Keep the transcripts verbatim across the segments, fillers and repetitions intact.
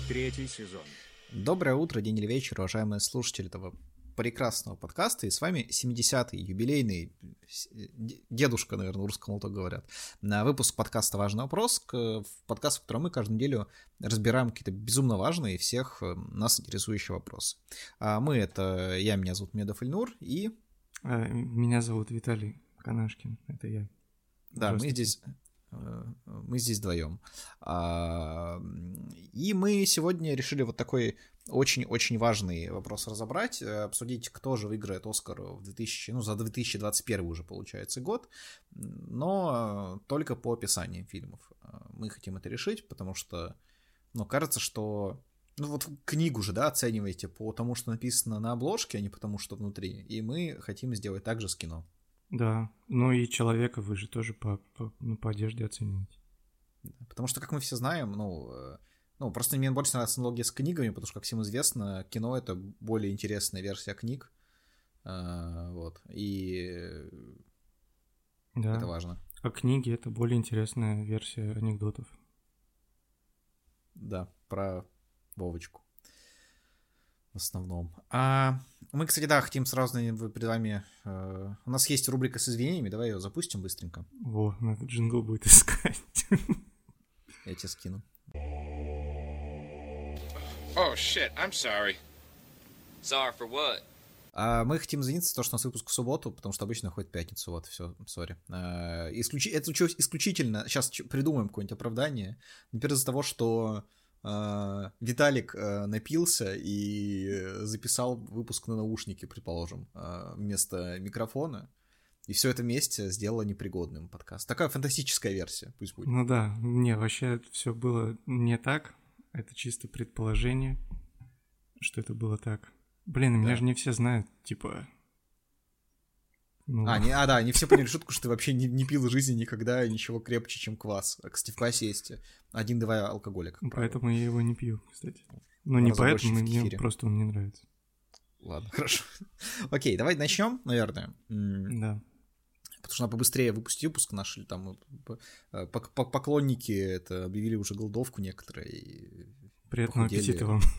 Третий сезон. Доброе утро, день или вечер, уважаемые слушатели этого прекрасного подкаста. И с вами семидесятый юбилейный, дедушка, наверное, русскому так говорят, на выпуск подкаста «Важный вопрос», подкаст, в котором мы каждую неделю разбираем какие-то безумно важные и всех нас интересующие вопросы. А мы — это я, меня зовут Медов Ильнур, и... Меня зовут Виталий Канашкин, это я. Да, мы здесь... Мы здесь вдвоем. И мы сегодня решили вот такой очень-очень важный вопрос разобрать, обсудить, кто же выиграет Оскар в две тысячи, ну, за две тысячи двадцать первый уже, получается, год, но только по описаниям фильмов. Мы хотим это решить, потому что, ну, кажется, что... Ну, вот книгу же, да, оцениваете по тому, что написано на обложке, а не потому, что внутри. И мы хотим сделать так же с кино. Да, ну и человека вы же тоже по, по, ну, по одежде оцениваете. Потому что, как мы все знаем, ну, ну, просто мне больше нравится аналогия с книгами, потому что, как всем известно, кино — это более интересная версия книг, вот, и да. Это важно. А книги — это более интересная версия анекдотов. Да, про Вовочку. В основном. А мы, кстати, да, хотим сразу перед вами... Э, у нас есть рубрика с извинениями, давай ее запустим быстренько. Во, надо джингл будет искать. Я тебе скину. Oh, shit, I'm sorry. Sorry for what? А мы хотим извиниться за то, что у нас выпуск в субботу, потому что обычно ходит в пятницу, вот, все, сори. А, исключи... Это исключительно... Сейчас придумаем какое-нибудь оправдание. Например, из-за того, что... Uh, Виталик uh, напился и записал выпуск на наушники, предположим, uh, вместо микрофона, и все это вместе сделало непригодным подкаст. Такая фантастическая версия, пусть будет. Ну да, не, вообще все было не так, это чисто предположение, что это было так. Блин, да. Меня же не все знают, типа... Ну. А, не, а, да, не все поняли шутку, что ты вообще не, не пил в жизни никогда ничего крепче, чем квас. А, кстати, в квасе есть один-два алкоголя. Поэтому я его не пью, кстати. Ну, не поэтому, мне просто он не нравится. Ладно, хорошо. Окей, давай начнем, наверное. Да. Потому что надо побыстрее выпустить выпуск наш, или там поклонники это объявили уже голодовку некоторые. И приятного похудели. Аппетита вам.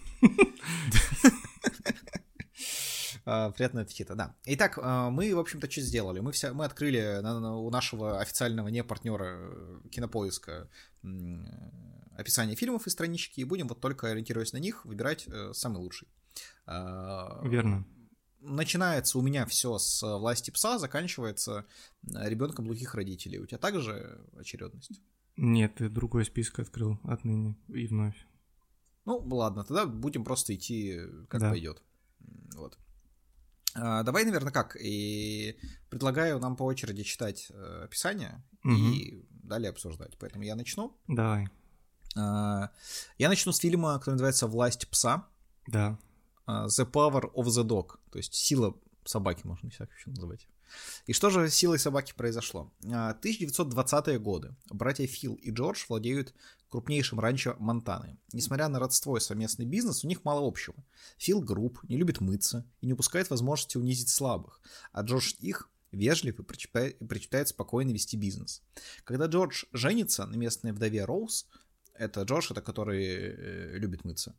Приятного аппетита, да. Итак, мы, в общем-то, что сделали? Мы, вся, мы открыли на, на, у нашего официального не партнера Кинопоиска описание фильмов и странички, и будем вот только ориентируясь на них выбирать э, самый лучший. Верно. Начинается у меня все с «Власти пса», заканчивается «Ребенком глухих родителей». У тебя также очередность? Нет, ты другой список открыл отныне и вновь. Ну, ладно, тогда будем просто идти, как да. пойдет. Вот. Давай, наверное, как? И предлагаю нам по очереди читать э, описание угу. и далее обсуждать. Поэтому я начну. Давай. А, я начну с фильма, который называется «Власть пса». Да. The Power of the Dog. То есть сила собаки, можно всяко еще называть. И что же с силой собаки произошло? тысяча девятьсот двадцатые годы. Братья Фил и Джордж владеют крупнейшим ранчо Монтаны. Несмотря на родство и совместный бизнес, у них мало общего. Фил груб, не любит мыться и не упускает возможности унизить слабых, а Джордж их вежлив и предпочитает спокойно вести бизнес. Когда Джордж женится на местной вдове Роуз, это Джордж, это который э, любит мыться.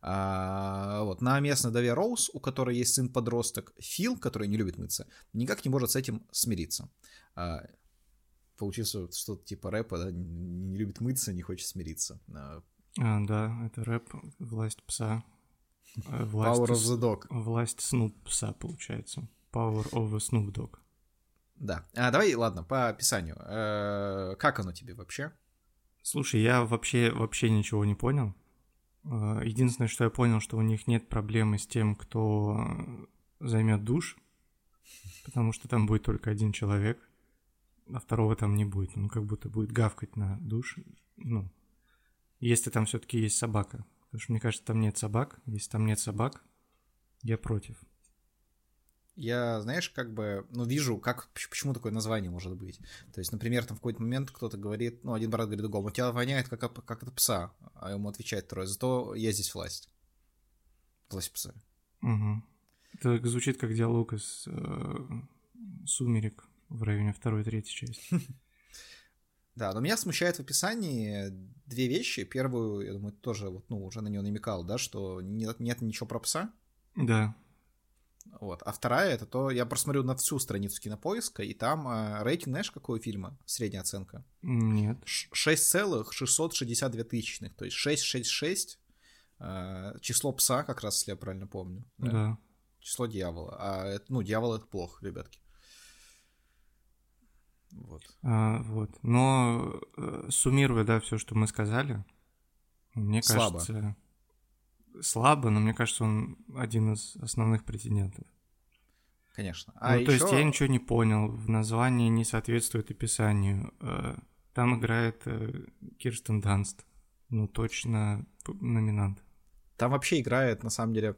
А, вот, на местной вдове Роуз, у которой есть сын-подросток, Фил, который не любит мыться, никак не может с этим смириться. А, получится что-то типа рэпа, да? Не любит мыться, не хочет смириться. А, а, да, это рэп «Власть пса». Власть, Power of the Dog. Власть Снуп пса, получается. Power of a Snoop Dog. Да. А, давай, ладно, по описанию. А, как оно тебе вообще? Слушай, я вообще, вообще ничего не понял. Единственное, что я понял, что у них нет проблемы с тем, кто займет душ, потому что там будет только один человек, а второго там не будет. Он как будто будет гавкать на душ. Ну, если там все-таки есть собака. Потому что мне кажется, там нет собак. Если там нет собак, я против. Я, знаешь, как бы, ну, вижу, как, почему такое название может быть. То есть, например, там в какой-то момент кто-то говорит, ну, один брат говорит другому, у тебя воняет, как, как от пса. А ему отвечает второй, зато я здесь власть. Власть пса. Угу. Это звучит как диалог из э, «Сумерек» в районе второй-третьей части. Да, но меня смущает в описании две вещи. Первую, я думаю, тоже вот, ну, уже на нее намекал, да, что нет, нет ничего про пса. Да. Вот. А вторая, это то, я просмотрю на всю страницу Кинопоиска, и там э, рейтинг, знаешь, какой у фильма? Средняя оценка. Нет. шесть целых шестьсот шестьдесят две тысячных, то есть шестьсот шестьдесят шесть, э, число пса, как раз, если я правильно помню. Да. да. Число дьявола. А, это, ну, дьявол — это плохо, ребятки. Вот. А, вот. Но э, суммируя, да, все, что мы сказали, мне слабо. кажется... Слабо, но мне кажется, он один из основных претендентов. Конечно. А ну, еще... то есть я ничего не понял, в названии не соответствует описанию. Там играет Кирстен Данст, ну точно номинант. Там вообще играет, на самом деле,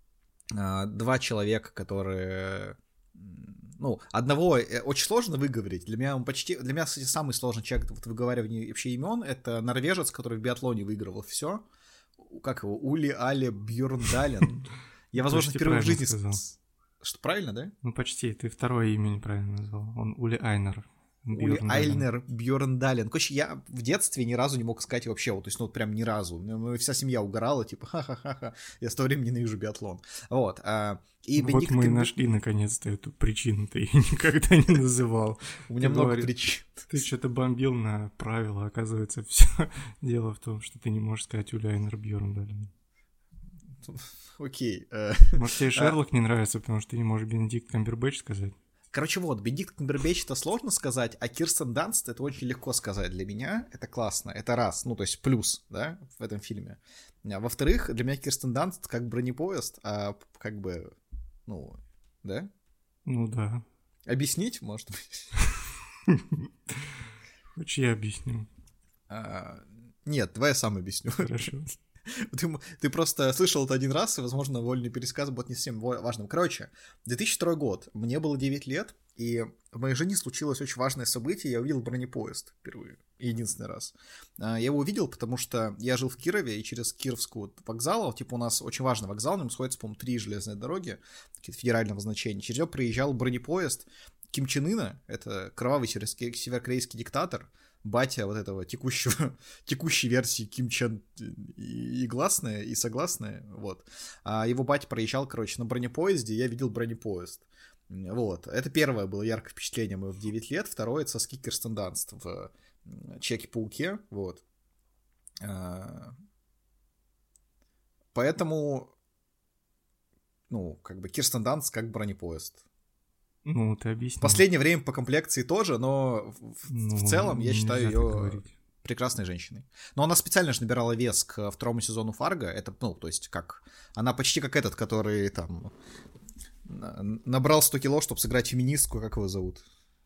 два человека, которые... Ну, одного очень сложно выговорить. Для меня он почти... Для меня, кстати, самый сложный человек вот, в выговаривании вообще имен — это норвежец, который в биатлоне выигрывал все. Как его? Ули Але Бьорндален. Я, возможно, впервые в жизни... сказал. Что, правильно, да? Ну, почти. Ты второе имя неправильно назвал. Он Ули Айнер. Ули Айльнер Бьорндален. Короче, я в детстве ни разу не мог сказать вообще, вот, то есть, ну, прям ни разу. Вся семья угорала, типа, ха-ха-ха-ха, я с того времени ненавижу биатлон. Вот. А, и вот Бенедикт мы и Камбер... нашли, наконец-то, эту причину, ты ее никогда не называл. У меня много причин. Ты что-то бомбил на правила, оказывается, все дело в том, что ты не можешь сказать Ули Айнер Бьорндален. Окей. Может, тебе Шерлок не нравится, потому что ты не можешь Бенедикт Камбербэтч сказать? Короче, вот, Бенедикт Камбербэтч — это сложно сказать, а Кирстен Данст — это очень легко сказать для меня. Это классно, это раз, ну, то есть плюс, да, в этом фильме. А во-вторых, для меня Кирстен Данст как бронепоезд, а как бы, ну, да? Ну, да. Объяснить, может быть? Хочешь, я объясню? А, нет, давай я сам объясню. Хорошо. Ты, ты просто слышал это один раз, и, возможно, вольный пересказ будет не совсем важным. Короче, две тысячи второй год, мне было девять лет, и в моей жизни случилось очень важное событие, я увидел бронепоезд впервые, единственный раз. Я его увидел, потому что я жил в Кирове, и через Кировскую вокзал, типа у нас очень важный вокзал, на нем сходятся, по-моему, три железные дороги, какие-то федерального значения, через него приезжал бронепоезд Ким Чен Ына, это кровавый северокорейский диктатор, батя вот этого текущего, текущей версии Ким Чен и, и гласная, и согласная, вот. А его батя проезжал, короче, на бронепоезде, я видел бронепоезд. Вот. Это первое было яркое впечатление мое в девять лет, второе — это соски Кирстен Данст в Человеке-пауке, вот. Поэтому, ну, как бы Кирстен Данст как бронепоезд. Ну, ты объясни. В последнее время по комплекции тоже, но в, ну, в целом я считаю ее так прекрасной женщиной. Но она специально же набирала вес к второму сезону Фарго. Это, ну, то есть как... Она почти как этот, который там набрал сто кило, чтобы сыграть феминистку. Как его зовут?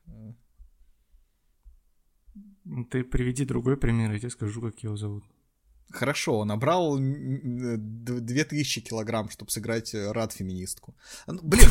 Ты приведи другой пример, я тебе скажу, как его зовут. Хорошо, он набрал две тысячи килограмм, чтобы сыграть рад-феминистку. Блин,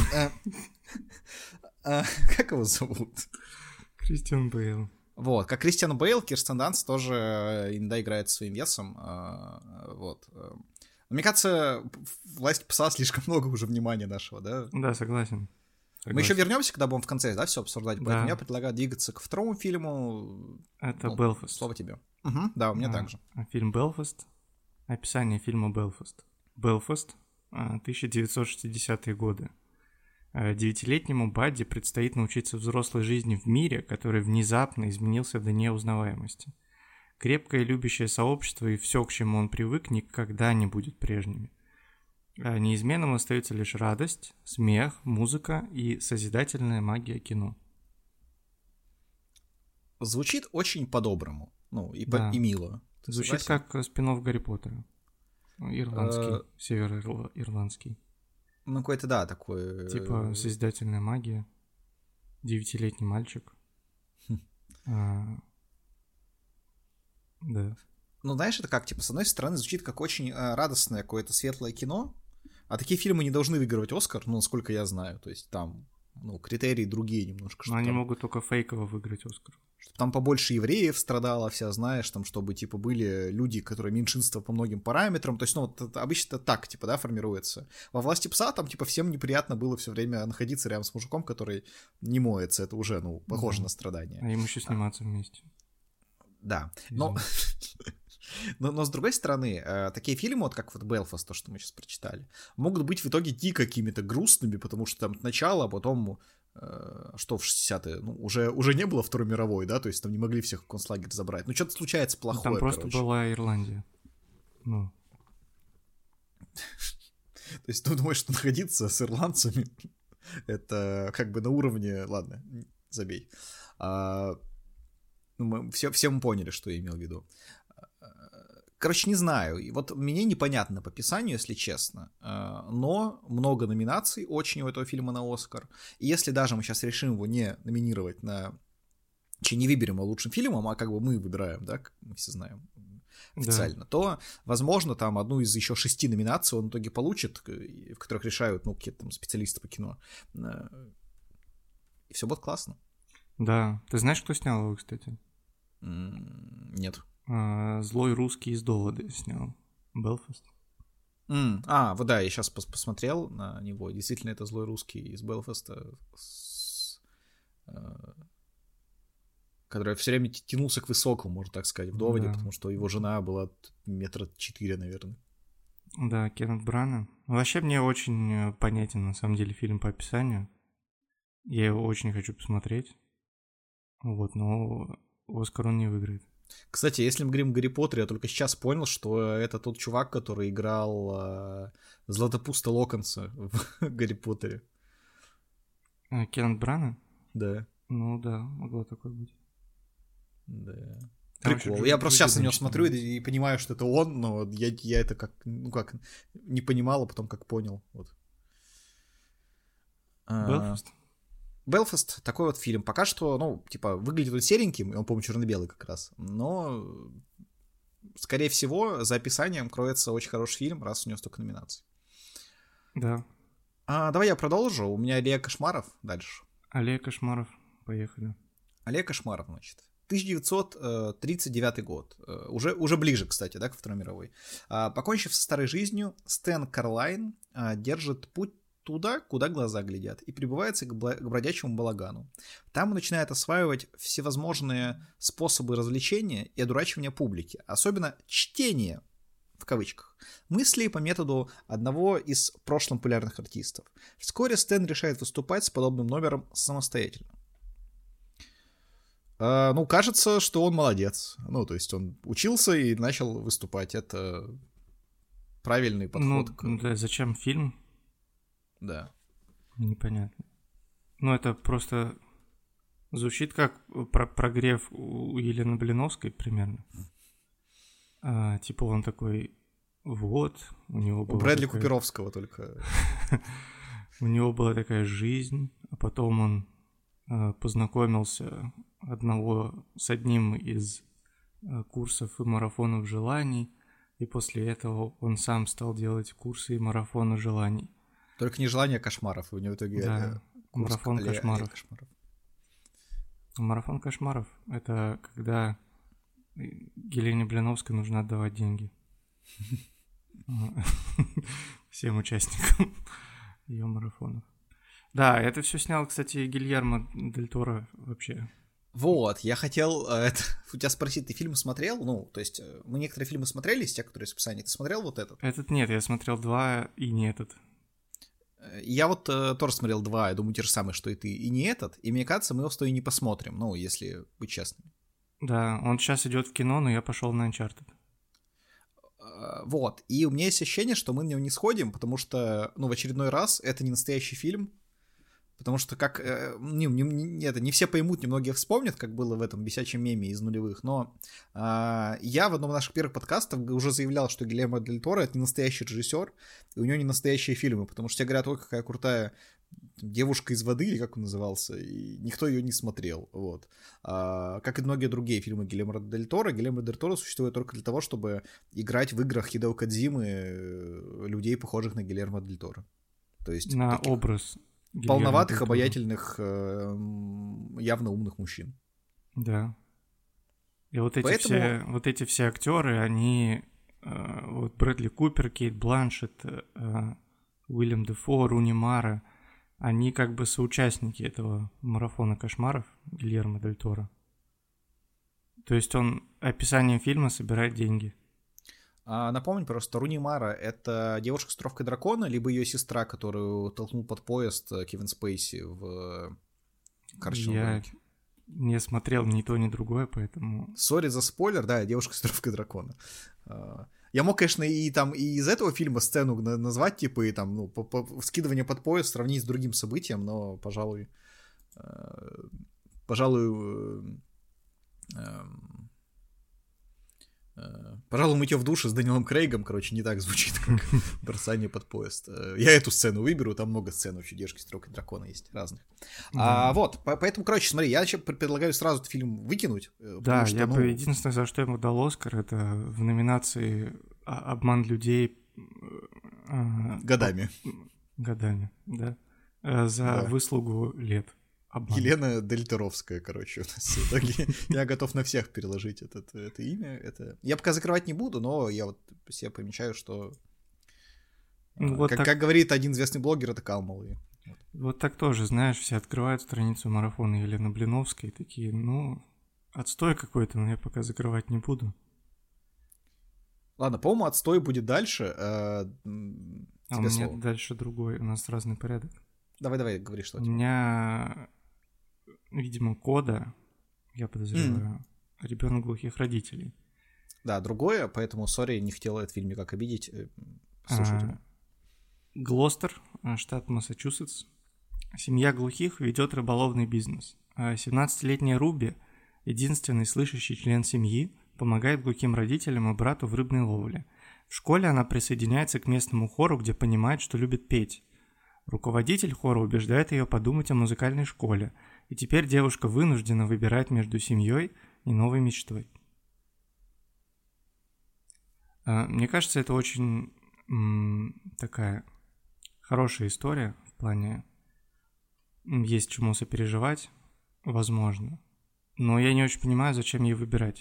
как его зовут? Кристиан Бейл. Вот, как Кристиан Бейл, Кирстен Данст тоже иногда играет своим весом. Вот. Мне кажется, «Власть пса» слишком много уже внимания нашего, да? Да, согласен. Согласен. Мы еще вернемся, когда будем в конце, да, все обсуждать. Да. Поэтому я предлагаю двигаться к второму фильму. Это ну, «Белфаст». Слово тебе. Угу, да, у меня а, так же. Фильм «Белфаст». Описание фильма «Белфаст». «Белфаст», тысяча девятьсот шестидесятые годы. Девятилетнему Бадди предстоит научиться взрослой жизни в мире, который внезапно изменился до неузнаваемости. Крепкое любящее сообщество и все, к чему он привык, никогда не будет прежними. Неизменным остаются лишь радость, смех, музыка и созидательная магия кино. Звучит очень по-доброму, ну, и, да. по- и мило. Ты Звучит согласен? Как спин-офф Гарри Поттера. Ирландский, североирландский. Ну, какой-то, да, такой... Типа созидательная магия, девятилетний мальчик. Хм. А, да. Ну, знаешь, это как, типа, с одной стороны, звучит как очень э, радостное какое-то светлое кино, а такие фильмы не должны выигрывать Оскар, ну, насколько я знаю, то есть там, ну, критерии другие немножко. Но они там, могут только фейково выиграть Оскар. Чтобы там побольше евреев страдало, вся, знаешь, там, чтобы, типа, были люди, которые меньшинство по многим параметрам, то есть, ну, вот, это, обычно это так, типа, да, формируется. Во «Власти пса» там, типа, всем неприятно было все время находиться рядом с мужиком, который не моется, это уже, ну, похоже да. на страдания. А им еще сниматься а. вместе. Да, но, но, но с другой стороны, э, такие фильмы, вот как вот «Белфаст», то, что мы сейчас прочитали, могут быть в итоге дико какими-то грустными, потому что там начало, а потом, э, что в шестидесятые, ну, уже, уже не было Второй мировой, да, то есть там не могли всех в концлагерь забрать. Ну, что-то случается плохое, Там просто короче. была Ирландия. Ну. То есть ты думаешь, что находиться с ирландцами, это как бы на уровне... Ладно, забей. А, ну, мы все, все мы поняли, что я имел в виду. Короче, не знаю. И вот мне непонятно по описанию, если честно. Но много номинаций очень у этого фильма на «Оскар». И если даже мы сейчас решим его не номинировать на... Че, не выберем его лучшим фильмом, а как бы мы выбираем, да, как мы все знаем, официально, да. То, возможно, там одну из еще шести номинаций он в итоге получит, в которых решают, ну, какие-то там специалисты по кино. И все будет классно. Да. Ты знаешь, кто снял его, кстати? Нет. А, «Злой русский из Доводы» снял. Белфаст. Mm. А, вот да, я сейчас пос- посмотрел на него. Действительно, это злой русский из Белфаста, с, э, который все время тянулся к высокому, можно так сказать, в «Доводе», да. Потому что его жена была метра четыре, наверное. Да, Кеннет Брана. Вообще мне очень понятен, на самом деле, фильм по описанию. Я его очень хочу посмотреть. Вот, но «Оскар» он не выиграет. Кстати, если мы говорим о Гарри Поттере, я только сейчас понял, что это тот чувак, который играл э, Златопуста Локонса в Гарри Поттере. А, Кеннет Брана? Да. Ну да, могло такое быть. Да. Там прикол. Я просто сейчас на него смотрю и, и понимаю, что это он, но я, я это как, ну как, не понимал, а потом как понял. Вот. Белфаст? Белфаст, такой вот фильм. Пока что, ну, типа, выглядит он сереньким, он, по-моему, черно-белый как раз, но, скорее всего, за описанием кроется очень хороший фильм, раз у него столько номинаций. Да. А, давай я продолжу. У меня Аллея кошмаров дальше. Аллея кошмаров. Поехали. Аллея кошмаров, значит. тысяча девятьсот тридцать девятый год. Уже, уже ближе, кстати, да, к Второй мировой. Покончив со старой жизнью, Стэн Карлайн держит путь туда, куда глаза глядят, и прибывается к, бла- к бродячему балагану. Там он начинает осваивать всевозможные способы развлечения и одурачивания публики, особенно чтение, в кавычках, мыслей по методу одного из прошлых популярных артистов. Вскоре Стэн решает выступать с подобным номером самостоятельно. Uh, ну, кажется, что он молодец. Ну, то есть он учился и начал выступать. Это правильный подход. Ну, к... да, зачем фильм? Да. Непонятно. Ну, это просто звучит как про- прогрев у Елены Блиновской примерно. А, типа он такой, вот, у него была У Брэдли такая... Куперовского только. У него была такая жизнь, а потом он а, познакомился одного с одним из а, курсов и марафонов желаний, и после этого он сам стал делать курсы и марафоны желаний. Только не желание кошмаров, у него в итоге да, марафон аллея, кошмаров. аллея кошмаров. Марафон кошмаров — это когда Елене Блиновской нужно отдавать деньги всем участникам ее марафонов. Да, это все снял, кстати, Гильермо Дель Торо вообще. Вот, я хотел это, у тебя спросить, ты фильмы смотрел? Ну, то есть мы некоторые фильмы смотрели из тех, которые из описания. Ты смотрел вот этот? Этот нет, я смотрел два и не этот. Я вот э, тоже смотрел два, я думаю, те же самые, что и ты, и не этот. И мне кажется, мы его с тобой не посмотрим, ну, если быть честными. Да, он сейчас идет в кино, но я пошел на Uncharted. Э, вот, и у меня есть ощущение, что мы на него не сходим, потому что, ну, в очередной раз это не настоящий фильм. Потому что как... Э, не, не, не, это, не все поймут, немногие вспомнят, как было в этом бесячем меме из нулевых, но э, я в одном из наших первых подкастов уже заявлял, что Гильермо Дель Торо — это не настоящий режиссер, и у него не настоящие фильмы, потому что все говорят, ой, какая крутая девушка из воды, или как он назывался, и никто ее не смотрел, вот. А, как и многие другие фильмы Гильермо Дель Торо, Гильермо Дель Торо существует только для того, чтобы играть в играх Хидео Кодзимы людей, похожих на Гильермо Дель Торо. То есть на таких... образ полноватых, обаятельных, э, явно умных мужчин. Да. И вот эти, Поэтому... все, вот эти все актеры, они... Э, вот Брэдли Купер, Кейт Бланшетт, э, Уильям Дефо, Руни Мара, они как бы соучастники этого марафона кошмаров Гильермо Дель Торо. То есть он описанием фильма собирать деньги. А, напомню просто, Руни Мара — это девушка с тровкой дракона, либо ее сестра, которую толкнул под поезд Кевин Спейси в карточном Я домике. не смотрел ни то, ни другое, поэтому... Сори за спойлер, да, девушка с тровкой дракона. Я мог, конечно, и там и из этого фильма сцену назвать, типа, и там, ну, по, по, скидывание под поезд сравнить с другим событием, но, пожалуй, э, пожалуй, э, э, пожалуй, мытье в душе с Дэниелом Крейгом, короче, не так звучит, как бросание под поезд. Я эту сцену выберу, там много сцен вообще девушки с тровкой дракона есть разных. Да. А, вот, по, поэтому, короче, смотри, я еще предлагаю сразу этот фильм выкинуть. Да, что, я ну... бы единственное, за что ему дал Оскар, это в номинации «Обман людей». Годами. Годами, да. За да. выслугу лет. Обман. Елена Дельтеровская, короче, у нас в итоге. Я готов на всех переложить этот, это имя. Это... Я пока закрывать не буду, но я вот себе помечаю, что... Вот как, так... как говорит один известный блогер, это Калмалы. Вот. вот так тоже, знаешь, все открывают страницу марафона Елены Блиновской и такие, ну, отстой какой-то, но я пока закрывать не буду. Ладно, по-моему, отстой будет дальше. А, а у меня слово. Дальше другой, у нас разный порядок. Давай-давай, говори, что у тебя. У меня, видимо, кода, я подозреваю, mm. ребенок глухих родителей. Да, другое, поэтому, сори, не хотел этот фильм никак обидеть. Слушай тебя. Глостер, штат Массачусетс. Семья глухих ведет рыболовный бизнес. семнадцатилетняя Руби, единственный слышащий член семьи, помогает глухим родителям и брату в рыбной ловле. В школе она присоединяется к местному хору, где понимает, что любит петь. Руководитель хора убеждает ее подумать о музыкальной школе, и теперь девушка вынуждена выбирать между семьей и новой мечтой. Мне кажется, это очень м- такая хорошая история в плане есть чему сопереживать, возможно, но я не очень понимаю, зачем ей выбирать.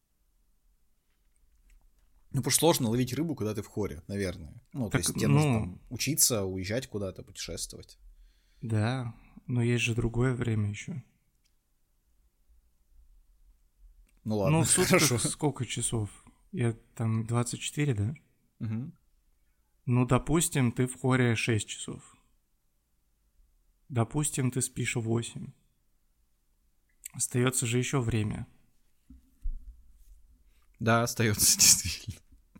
Ну, потому что сложно ловить рыбу, когда ты в хоре, наверное. Ну, так, то есть тебе ну, нужно там, учиться, уезжать куда-то, путешествовать. Да, но есть же другое время еще. Ну ладно, ну, в сутках сколько часов? Я там двадцать четыре, да? Угу. Ну, допустим, ты в хоре шесть часов. Допустим, ты спишь восемь. Остается же еще время. Да, остается действительно.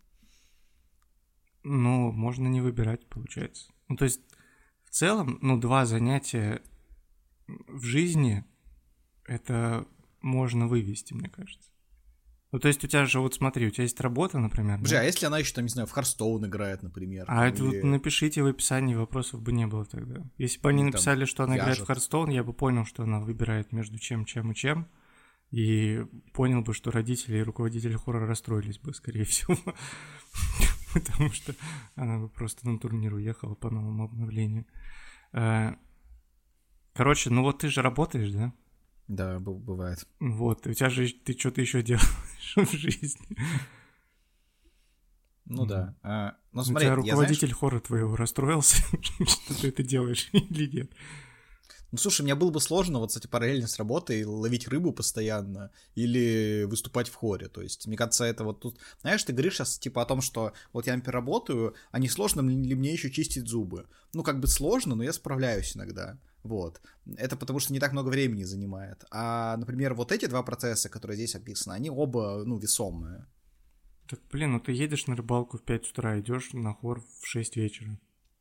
Ну, можно не выбирать, получается. Ну, то есть, в целом, ну, два занятия в жизни, это можно вывести, мне кажется. Ну, то есть, у тебя же, вот смотри, у тебя есть работа, например. Бля, да? А если она еще, там, не знаю, в Харстоун играет, например? А это или... вот напишите в описании, вопросов бы не было тогда. Если бы они или написали, там, что она вяжет. Играет в Харстоун, я бы понял, что она выбирает между чем, чем и чем. И понял бы, что родители и руководители хора расстроились бы, скорее всего. Потому что она бы просто на турнир уехала по новому обновлению. Короче, ну вот ты же работаешь, да? Да, бывает. Вот, у тебя же ты что-то еще делаешь в жизни. Ну да. А, ну, у смотри, тебя руководитель знаешь... хора твоего расстроился, что ты это делаешь или нет? Ну, слушай, мне было бы сложно вот, кстати, параллельно с работой ловить рыбу постоянно или выступать в хоре. То есть, мне кажется, это вот тут... Знаешь, ты говоришь сейчас, типа, о том, что вот я, например, работаю, а не сложно ли мне еще чистить зубы? Ну, как бы сложно, но я справляюсь иногда. Вот. Это потому, что не так много времени занимает. А, например, вот эти два процесса, которые здесь описаны, они оба, ну, весомые. Так, блин, ну ты едешь на рыбалку в пять утра, идешь на хор в шесть вечера.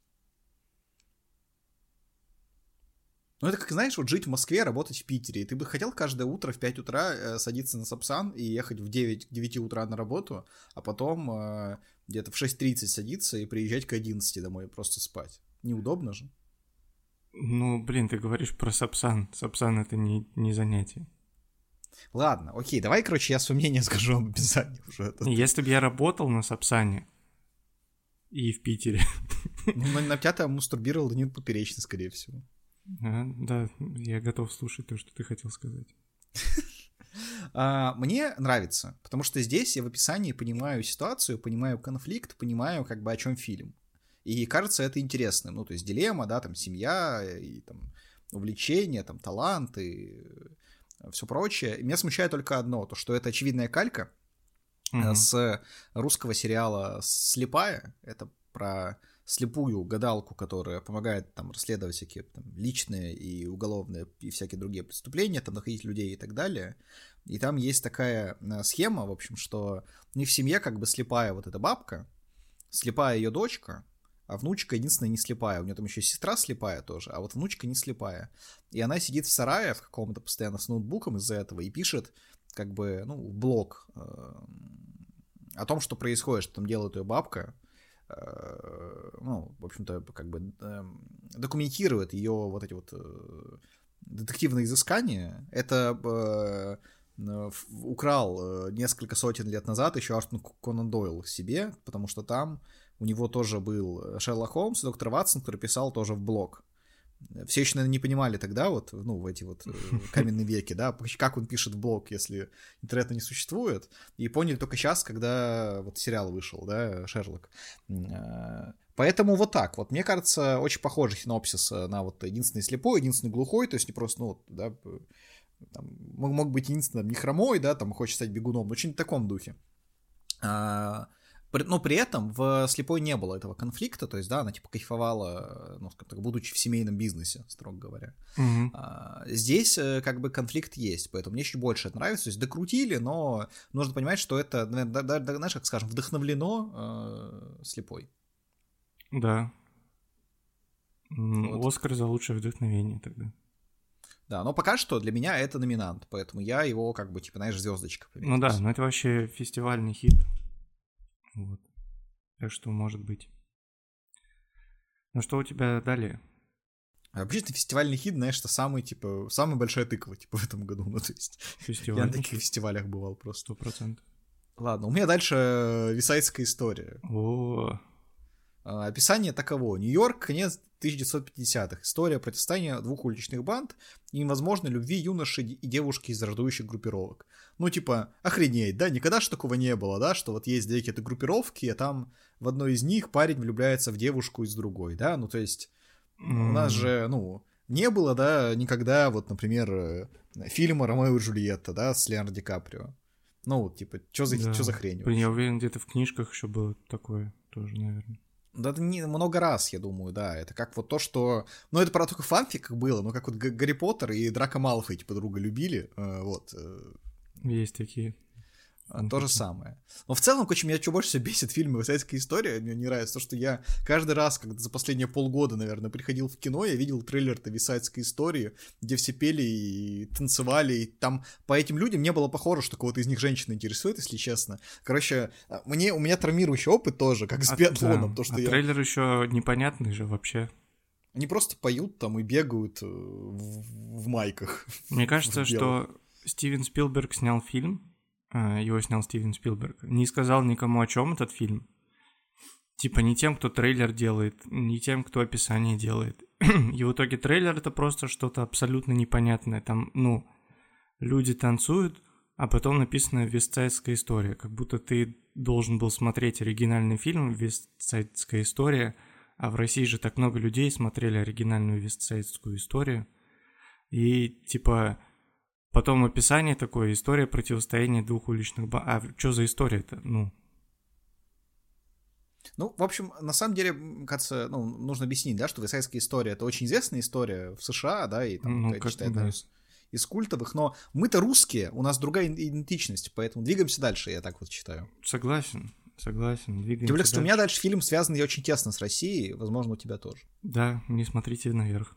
Ну, это как, знаешь, вот жить в Москве, работать в Питере. И ты бы хотел каждое утро в пять утра э, садиться на Сапсан и ехать в девять к девяти утра на работу, а потом э, где-то в шесть тридцать садиться и приезжать к одиннадцати домой просто спать. Неудобно же. Ну, блин, ты говоришь про Сапсан. Сапсан — это не, не занятие. Ладно, окей, давай, короче, я свое мнение скажу об описании уже. Если бы я работал на Сапсане и в Питере... Ну, на тебя там мастурбировал Данил Поперечный, скорее всего. А, да, я готов слушать то, что ты хотел сказать. Мне нравится, потому что здесь я в описании понимаю ситуацию, понимаю конфликт, понимаю, как бы, о чем фильм. И кажется это интересным. Ну, то есть дилемма, да, там, семья, и там увлечение, там, таланты, все прочее. Меня смущает только одно, то, что это очевидная калька Мгм. с русского сериала «Слепая». Это про слепую гадалку, которая помогает там расследовать всякие там, личные и уголовные и всякие другие преступления, там находить людей и так далее. И там есть такая э, схема, в общем, что у них в семье как бы слепая вот эта бабка, слепая ее дочка, а внучка единственная не слепая. У нее там еще сестра слепая тоже, а вот внучка не слепая. И она сидит в сарае в каком-то постоянно с ноутбуком из-за этого и пишет как бы, ну, блог э, о том, что происходит, что там делает ее бабка. Ну, в общем-то, как бы э, документирует ее вот эти вот э, детективные изыскания. Это э, э, украл э, несколько сотен лет назад еще Артур Конан Дойл себе, потому что там у него тоже был Шерлок Холмс и доктор Ватсон, который писал тоже в блог. Все еще, наверное, не понимали тогда, вот, ну, в эти вот каменные веки, да, как он пишет в блог, если интернета не существует, и поняли только сейчас, когда вот сериал вышел, да, Шерлок. Поэтому вот так, вот, мне кажется, очень похожий синопсис на вот единственный слепой, единственный глухой, то есть не просто, ну, да, там, мог, мог быть единственным не хромой, да, там, хочет стать бегуном, очень в таком духе. Но при этом в «Слепой» не было этого конфликта, то есть, да, она типа кайфовала, ну, так, будучи в семейном бизнесе, строго говоря. Мгм. А, здесь как бы конфликт есть, поэтому мне чуть больше это нравится, то есть докрутили, но нужно понимать, что это, да, да, да, знаешь, как скажем, вдохновлено э, «Слепой». Да. М, Вот. Оскар за лучшее вдохновение тогда. Да, но пока что для меня это номинант, поэтому я его как бы, типа, знаешь, звездочка. Ну да, но это вообще фестивальный хит. Вот. Так что может быть. Ну что у тебя далее? Вообще-то фестивальный хит, знаешь, это самый, типа, самая большая тыква, типа, в этом году, ну, то есть я на Фестивальный таких хит. фестивалях бывал просто. Сто процентов. Ладно, у меня дальше висайская история. О, А, Описание таково. Нью-Йорк, конец тысяча девятьсот пятидесятых. История противостояния двух уличных банд и невозможной любви юноши и девушки из враждующих группировок. Ну, типа, охренеть, да? Никогда же такого не было, да? Что вот есть какие-то группировки, а там в одной из них парень влюбляется в девушку из другой, да? Ну, то есть, у нас М. же, ну, не было, да, никогда, вот, например, э, фильма «Ромео и Джульетта», да, с Леонардо Ди Каприо. Ну, вот, типа, что за, да. чё за хрень Блин, я вообще? уверен, где-то в книжках еще было такое тоже, наверное. Да, это не, много раз, я думаю, да. Это как вот то, что... Ну, это про только фанфик было, но как вот Г- Гарри Поттер и Драко Малфой, типа, друга любили. э, Вот. э, Есть такие. То же самое. Но в целом, короче, меня что больше всего бесит в фильме «Высоцкая история», мне не нравится, то, что я каждый раз, когда за последние полгода, наверное, приходил в кино, я видел трейлер-то «Висайдской истории», где все пели и танцевали, и там по этим людям не было похоже, что кого-то из них женщина интересует, если честно. Короче, мне, у меня травмирующий опыт тоже, как с А, биатлоном, да. то, что А я... трейлер еще непонятный же вообще. Они просто поют там и бегают э, в, в майках. Мне кажется, В белых. что Стивен Спилберг снял фильм, а, его снял Стивен Спилберг, не сказал никому, о чем этот фильм. Типа не тем, кто трейлер делает, не тем, кто описание делает. И в итоге трейлер — это просто что-то абсолютно непонятное. Там, ну, люди танцуют, а потом написана «Вестсайдская история». Как будто ты должен был смотреть оригинальный фильм «Вестсайдская история», а в России же так много людей смотрели оригинальную «Вестсайдскую историю». И, типа, потом описание такое, история противостояния двух уличных банд. А что за история-то? Ну, Ну, в общем, на самом деле, м, кажется, ну, нужно объяснить, да, что «Висайдская история» — это очень известная история в США, да, и там, Ну, какая-то, как- считают, да. одной из, из культовых, но мы-то русские, у нас другая ид- идентичность, поэтому двигаемся дальше, я так вот считаю. согласен, согласен, двигаемся Тем более, что у меня дальше. дальше фильм связан очень тесно с Россией, возможно, у тебя тоже. Да, не смотрите наверх.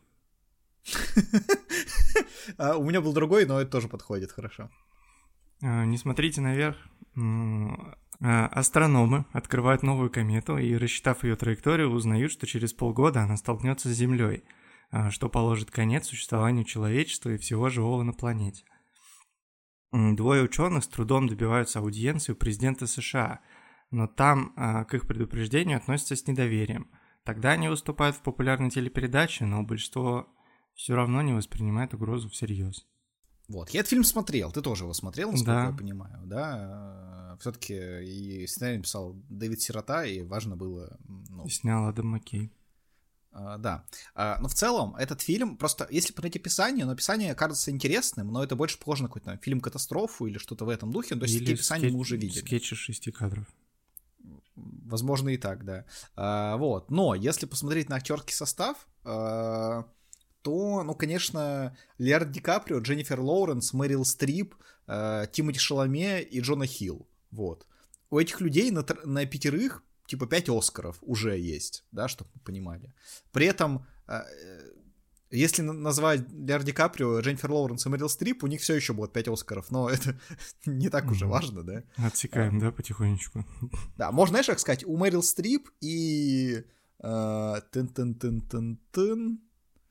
А у меня был другой, но это тоже подходит хорошо. А, Не смотрите наверх. М, а, Астрономы открывают новую комету и, рассчитав ее траекторию, узнают, что через полгода она столкнется с Землей, а, что положит конец существованию человечества и всего живого на планете. М, Двое ученых с трудом добиваются аудиенции у президента США, но там а, к их предупреждению относятся с недоверием. Тогда они выступают в популярной телепередаче, но большинство все равно не воспринимает угрозу всерьез. Вот, я этот фильм смотрел, ты тоже его смотрел, насколько Да. я понимаю, да? Все-таки и сценарий писал Дэвид Сирота, и важно было, ну, Снял Адам Маккей. Uh, да. Uh, но в целом этот фильм, просто если посмотреть описание, но описание кажется интересным, но это больше похоже на какой-то фильм-катастрофу или что-то в этом духе. То есть Или такие описания скетч, мы уже видели. Скетчи шести кадров. Возможно, и так, да. Uh, вот. Но если посмотреть на актерский состав, uh, то, ну, конечно, Леонардо Ди Каприо, Дженнифер Лоуренс, Мэрил Стрип, uh, Тимоти Шаломе и Джона Хилл. Вот. У этих людей на, на пятерых типа пять Оскаров уже есть, да, чтобы вы понимали. При этом, если назвать Леонардо Ди Каприо, Дженнифер Лоуренс и Мэрил Стрип, у них все еще будет пять Оскаров, но это не так уже важно, да. Отсекаем, а, да, потихонечку. Да, можно, знаешь, как сказать, у Мэрил Стрип и тын-тын-тын-тын-тын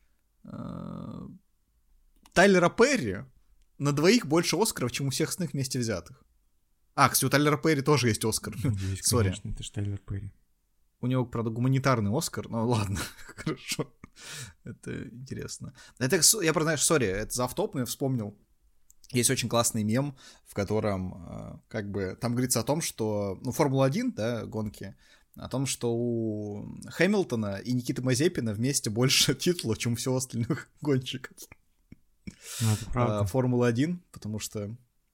Тайлера Перри на двоих больше Оскаров, чем у всех остальных вместе взятых. А, кстати, у Тайлера Перри тоже есть Оскар. Есть, Сори. конечно, это же Тайлер Перри. У него, правда, гуманитарный Оскар, но ладно, хорошо. Это интересно. Это, я просто, знаешь, сори, это за автоп, но я вспомнил. Есть очень классный мем, в котором, как бы, там говорится о том, что, ну, Формула один, да, гонки, о том, что у Хэмилтона и Никиты Мазепина вместе больше титулов, чем у всего остальных гонщиков. Ну, это правда. Формула один, потому что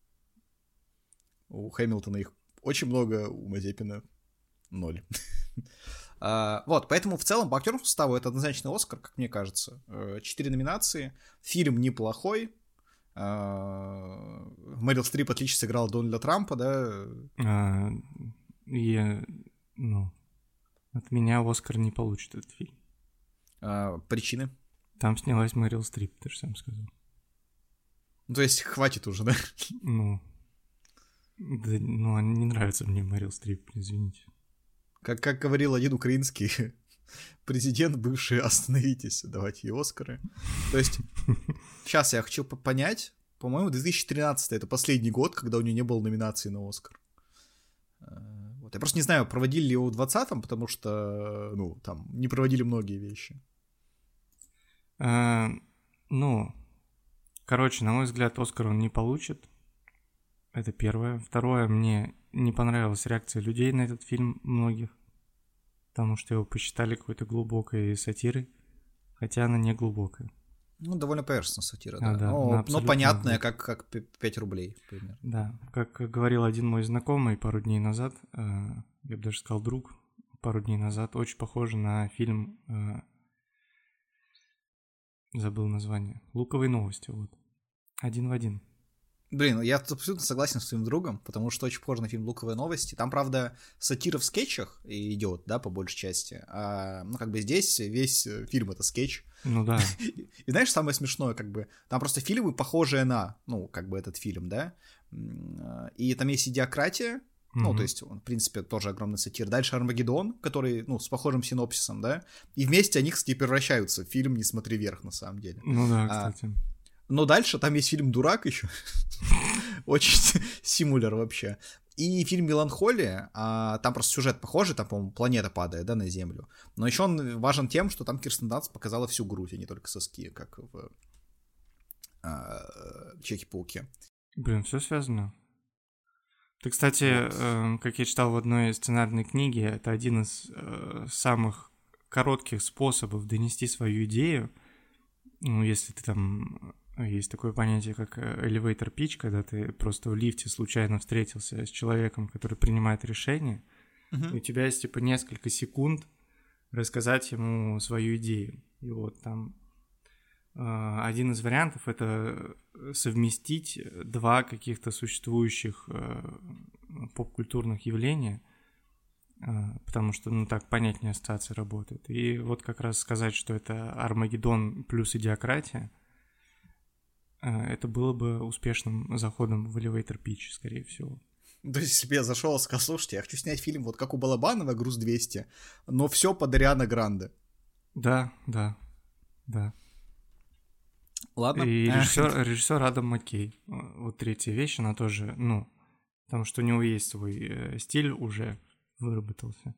у Хэмилтона их очень много, у Мазепина ноль. uh, вот, поэтому в целом по актерскому составу это однозначно Оскар, как мне кажется. Четыре uh, номинации. Фильм неплохой. Uh, Мэрил Стрип отлично сыграла Дональда Трампа, да? Uh, я, ну, от меня Оскар не получит этот фильм. Uh, причины? Там снялась Мэрил Стрип, ты же сам сказал. Ну, то есть хватит уже, да? Ну... Да, ну, не нравится мне Мэрил Стрип, извините. Как, как говорил один украинский президент, бывший, остановитесь, давайте ей Оскары. То есть, сейчас я хочу понять, по-моему, две тысячи тринадцатый это последний год, когда у нее не было номинации на Оскар. Вот. Я просто не знаю, проводили ли его в двадцатом, потому что, ну, там, не проводили многие вещи. А, ну, короче, на мой взгляд, Оскар он не получит. Это первое. Второе, мне не понравилась реакция людей на этот фильм многих, потому что его посчитали какой-то глубокой сатирой, хотя она не глубокая. Ну, довольно поверхностная сатира, да. А, да но, но понятная, как, как пять рублей, например. Да, как говорил один мой знакомый пару дней назад, э, я бы даже сказал друг, пару дней назад, очень похоже на фильм, э, забыл название, «Луковые новости», вот, один в один. Блин, я абсолютно согласен с своим другом, потому что очень похоже на фильм «Луковые новости». Там, правда, сатира в скетчах идет, да, по большей части. А, ну, как бы здесь весь фильм — это скетч. Ну да. И, и знаешь, самое смешное, как бы, там просто фильмы, похожие на, ну, как бы этот фильм, да, и там есть «Идиократия», ну, mm-hmm. то есть он, в принципе, тоже огромный сатир. Дальше «Армагеддон», который, ну, с похожим синопсисом, да, и вместе они, кстати, превращаются в фильм «Не смотри вверх», на самом деле. Ну да, кстати. А, но дальше там есть фильм «Дурак» еще. Очень симулер вообще. И фильм «Меланхолия», а, там просто сюжет похожий, там, по-моему, планета падает, да, на Землю. Но еще он важен тем, что там Кирстен Данст показала всю грудь, а не только соски, как в а, «Человеке-пауке». Блин, все связано. Ты, кстати, вот. э, как я читал в одной сценарной книге, это один из э, самых коротких способов донести свою идею. Ну, если ты там... Есть такое понятие, как elevator pitch, когда ты просто в лифте случайно встретился с человеком, который принимает решение, uh-huh. и у тебя есть, типа, несколько секунд рассказать ему свою идею. И вот там э, один из вариантов — это совместить два каких-то существующих э, поп-культурных явления, э, потому что, ну, так понятнее ассоциация работает. И вот как раз сказать, что это «Армагеддон» плюс «Идиократия», это было бы успешным заходом в elevator pitch, скорее всего. То есть, если бы я зашел и сказал, слушайте, я хочу снять фильм вот как у Балабанова «Груз двести», но все под Ариана Гранде. Да, да, да. Ладно. И режиссер, режиссер Адам Маккей. Вот третья вещь, она тоже, ну, потому что у него есть свой стиль уже выработался.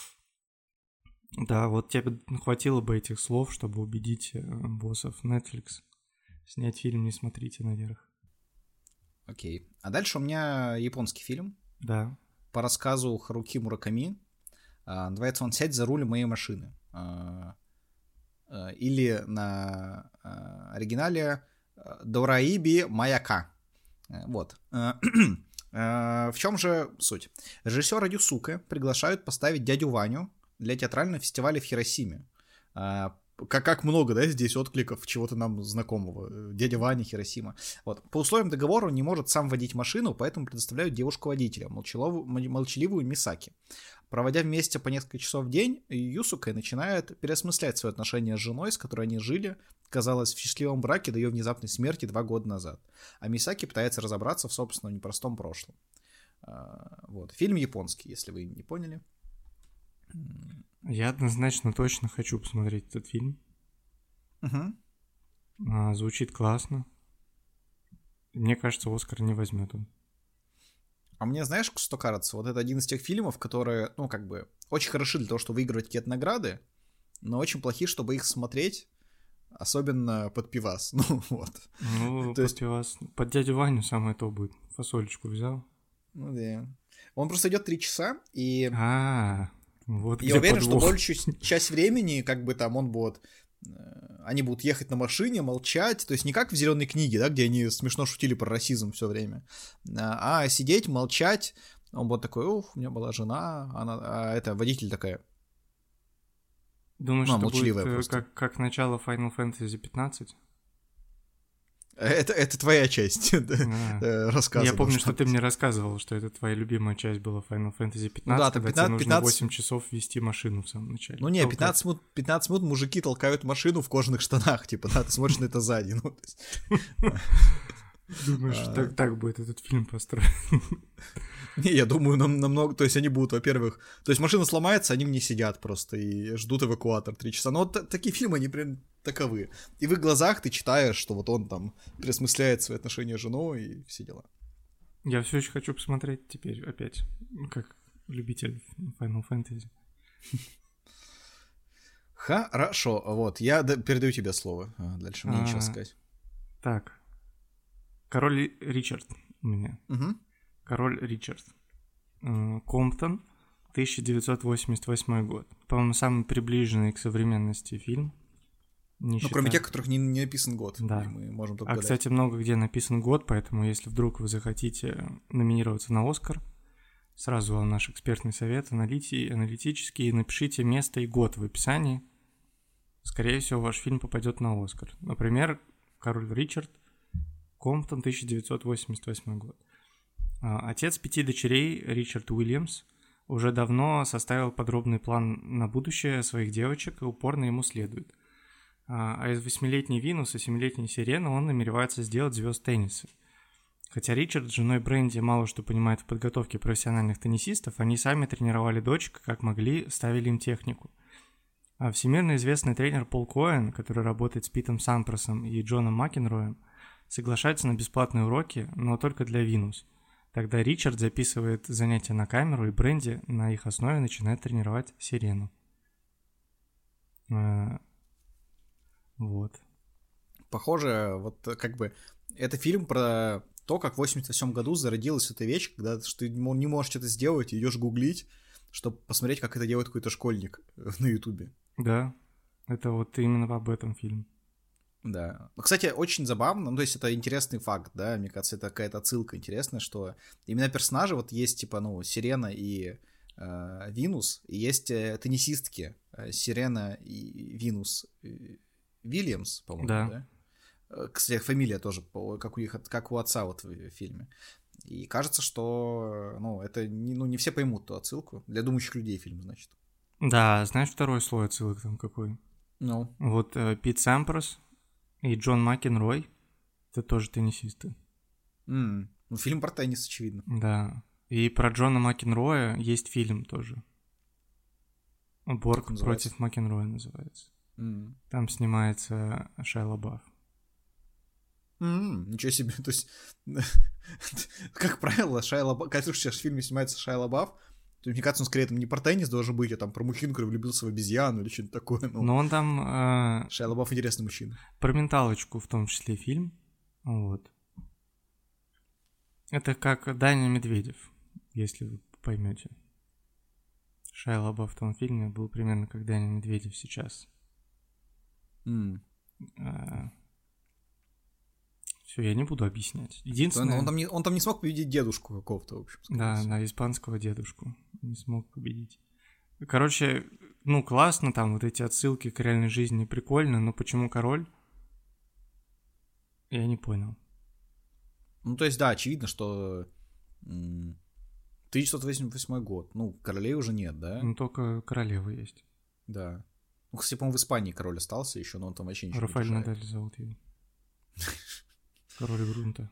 Да, вот тебе хватило бы этих слов, чтобы убедить боссов Netflix снять фильм «Не смотрите наверх». Окей. А дальше у меня японский фильм. Да. По рассказу Харуки Мураками. Называется он «Сядь за руль моей машины». э, или на э, оригинале Дораиби Маяка. Э, вот. Э, э, в чем же суть? Режиссера Юсуке приглашают поставить дядю Ваню для театрального фестиваля в Хиросиме. Э, Как, как много, да, здесь откликов чего-то нам знакомого. Дядя Ваня, Хиросима. Вот. По условиям договора он не может сам водить машину, поэтому предоставляют девушку-водителя, молчаливую, молчаливую Мисаки. Проводя вместе по несколько часов в день, Юсуке начинает переосмыслять свое отношение с женой, с которой они жили, казалось, в счастливом браке до ее внезапной смерти два года назад. А Мисаки пытается разобраться в собственном непростом прошлом. Вот. Фильм японский, если вы не поняли. Я однозначно точно хочу посмотреть этот фильм. Угу. А, звучит классно. Мне кажется, Оскар не возьмет он. А мне, знаешь, что кажется? Вот это один из тех фильмов, которые, ну, как бы, очень хороши для того, чтобы выигрывать какие-то награды, но очень плохи, чтобы их смотреть, особенно под пивас. Ну, вот. Ну, то под есть... пивас. Под дядю Ваню самое то будет. Фасолечку взял. Ну, да. Он просто идет три часа, и... А, вот я уверен, подвох. Что большую часть времени, как бы там он будет... Они будут ехать на машине, молчать, то есть не как в «Зеленой книге», да, где они смешно шутили про расизм все время, а сидеть, молчать. Он будет такой: ух, у меня была жена, она, а это водитель такая. Думаешь, ну, это будет как, как начало Final Fantasy пятнадцать? Это, это твоя часть а. рассказа. Я помню, что ты мне рассказывал, что это твоя любимая часть была Final Fantasy пятнадцать, ну, да, когда пятнадцать, тебе нужно пятнадцать... восемь часов вести машину в самом начале. Ну не, пятнадцать минут, пятнадцать минут мужики толкают машину в кожаных штанах, типа, да, ты смотришь на это сзади. Ну, думаешь, а... так, так будет этот фильм построен? Не, я думаю, нам, намного... То есть они будут, во-первых... То есть машина сломается, они в ней сидят просто и ждут эвакуатор три часа. Но вот т- такие фильмы, они прям таковы. И в их глазах ты читаешь, что вот он там переосмысляет свои отношения с женой и все дела. Я все еще хочу посмотреть теперь опять, как любитель Final Fantasy. Хорошо, вот, я передаю тебе слово. Дальше мне нечего сказать. Так. Король Ричард у меня. Угу. Король Ричард. Комптон, тысяча девятьсот восемьдесят восьмой год. По-моему, самый приближенный к современности фильм. Не ну, считая... кроме тех, которых не, не написан год. Да. Мы можем только а, гадать. Кстати, много где написан год, поэтому если вдруг вы захотите номинироваться на Оскар, сразу вам наш экспертный совет, аналити... аналитический, напишите место и год в описании. Скорее всего, ваш фильм попадет на Оскар. Например, Король Ричард, Комптон, тысяча девятьсот восемьдесят восьмой год. Отец пяти дочерей, Ричард Уильямс, уже давно составил подробный план на будущее своих девочек и упорно ему следует. А из восьмилетней Винус и семилетней Сирены он намеревается сделать звезд тенниса. Хотя Ричард с женой Бренди мало что понимает в подготовке профессиональных теннисистов, они сами тренировали дочек, как могли, ставили им технику. А всемирно известный тренер Пол Коэн, который работает с Питом Сампросом и Джоном Макенроем, соглашается на бесплатные уроки, но только для Винус. Тогда Ричард записывает занятия на камеру, и Бренди на их основе начинает тренировать Сирену. А, вот. Похоже, вот как бы это фильм про то, как в восемьдесят восьмом году зародилась эта вещь, когда что ты не можешь что-то сделать, идешь гуглить, чтобы посмотреть, как это делает какой-то школьник на Ютубе. Да, это вот именно об этом фильм. Да. Кстати, очень забавно, ну, то есть это интересный факт, да, мне кажется, это какая-то отсылка интересная, что именно персонажи, вот есть, типа, ну, Сирена и э, Винус, и есть э, теннисистки, э, Сирена и Винус э, Вильямс, по-моему, да. да? Кстати, фамилия тоже, как у, их, как у отца вот в фильме. И кажется, что, ну, это, не, ну, не все поймут ту отсылку, для думающих людей фильм, значит. Да, знаешь, второй слой отсылок там какой? Ну. Вот э, Пит Сампрос и Джон Макенрой, это тоже теннисисты. Mm. Ну, фильм про теннис, очевидно. Да. И про Джона Макенроя есть фильм тоже. «Борг против Макенроя» называется. Mm. Там снимается Шайа Лабаф. Mm, ничего себе. То есть, как правило, Шайа Лабаф... Когда сейчас в фильме снимается Шайа Лабаф, то, мне кажется, он скорее там не про теннис должен быть, а там про мужчину, который влюбился в обезьяну или что-то такое. Ну, но он там... Э, Шайа Лабаф интересный мужчина. Про менталочку в том числе фильм. Вот. Это как Даня Медведев, если вы поймете. Шайа Лабаф в том фильме был примерно как Даня Медведев сейчас. Mm. Все, я не буду объяснять. Он, Единственное... он, там не, он там не смог победить дедушку какого-то, в общем. Да, да, испанского дедушку не смог победить. Короче, ну, классно, там вот эти отсылки к реальной жизни прикольно, но почему король? Я не понял. Ну, то есть, да, очевидно, что м- тысяча девятьсот восемьдесят восьмой год. Ну, королей уже нет, да? Ну, только королева есть. Да. Ну, кстати, по-моему, в Испании король остался еще, но он там вообще ничего Рафаэль не решает. Надаль зовут его. Король грунта.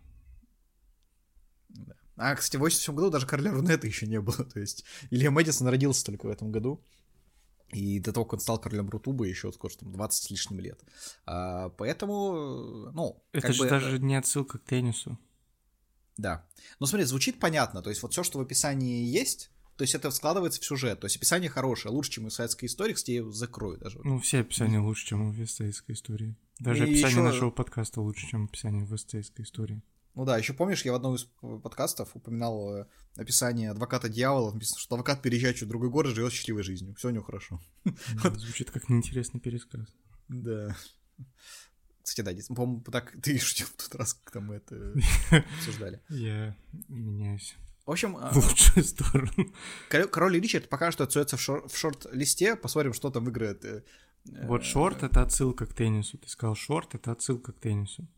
Да. А, кстати, в восемьдесят восьмом году даже короля Рунета еще не было. То есть Илья Мэдисон родился только в этом году. И до того, как он стал королем Рутубы, еще, сколько там, двадцать с лишним лет. А, поэтому, ну... Это как же бы, даже не отсылка к теннису. Да. Но смотри, звучит понятно. То есть вот все, что в описании есть, то есть это складывается в сюжет. То есть описание хорошее, лучше, чем в советской истории. Кстати, я его закрою даже. Ну, все описания лучше, чем в вестейской истории. Даже И описание еще... нашего подкаста лучше, чем описание в вестейской истории. Ну да, еще помнишь, я в одном из подкастов упоминал описание адвоката дьявола, написано, что адвокат переезжает в другой город, живет счастливой жизнью, все у него хорошо. Да, звучит как неинтересный пересказ. Да. Кстати, да, по-моему, так ты и шутил в тот раз, когда мы это обсуждали. Я меняюсь. В общем, в лучшую сторону. Король и Ричард пока что отсуется в, шор- в шорт-листе, посмотрим, что там выиграет. Вот шорт — это отсылка к теннису. Ты сказал шорт — это отсылка к теннису.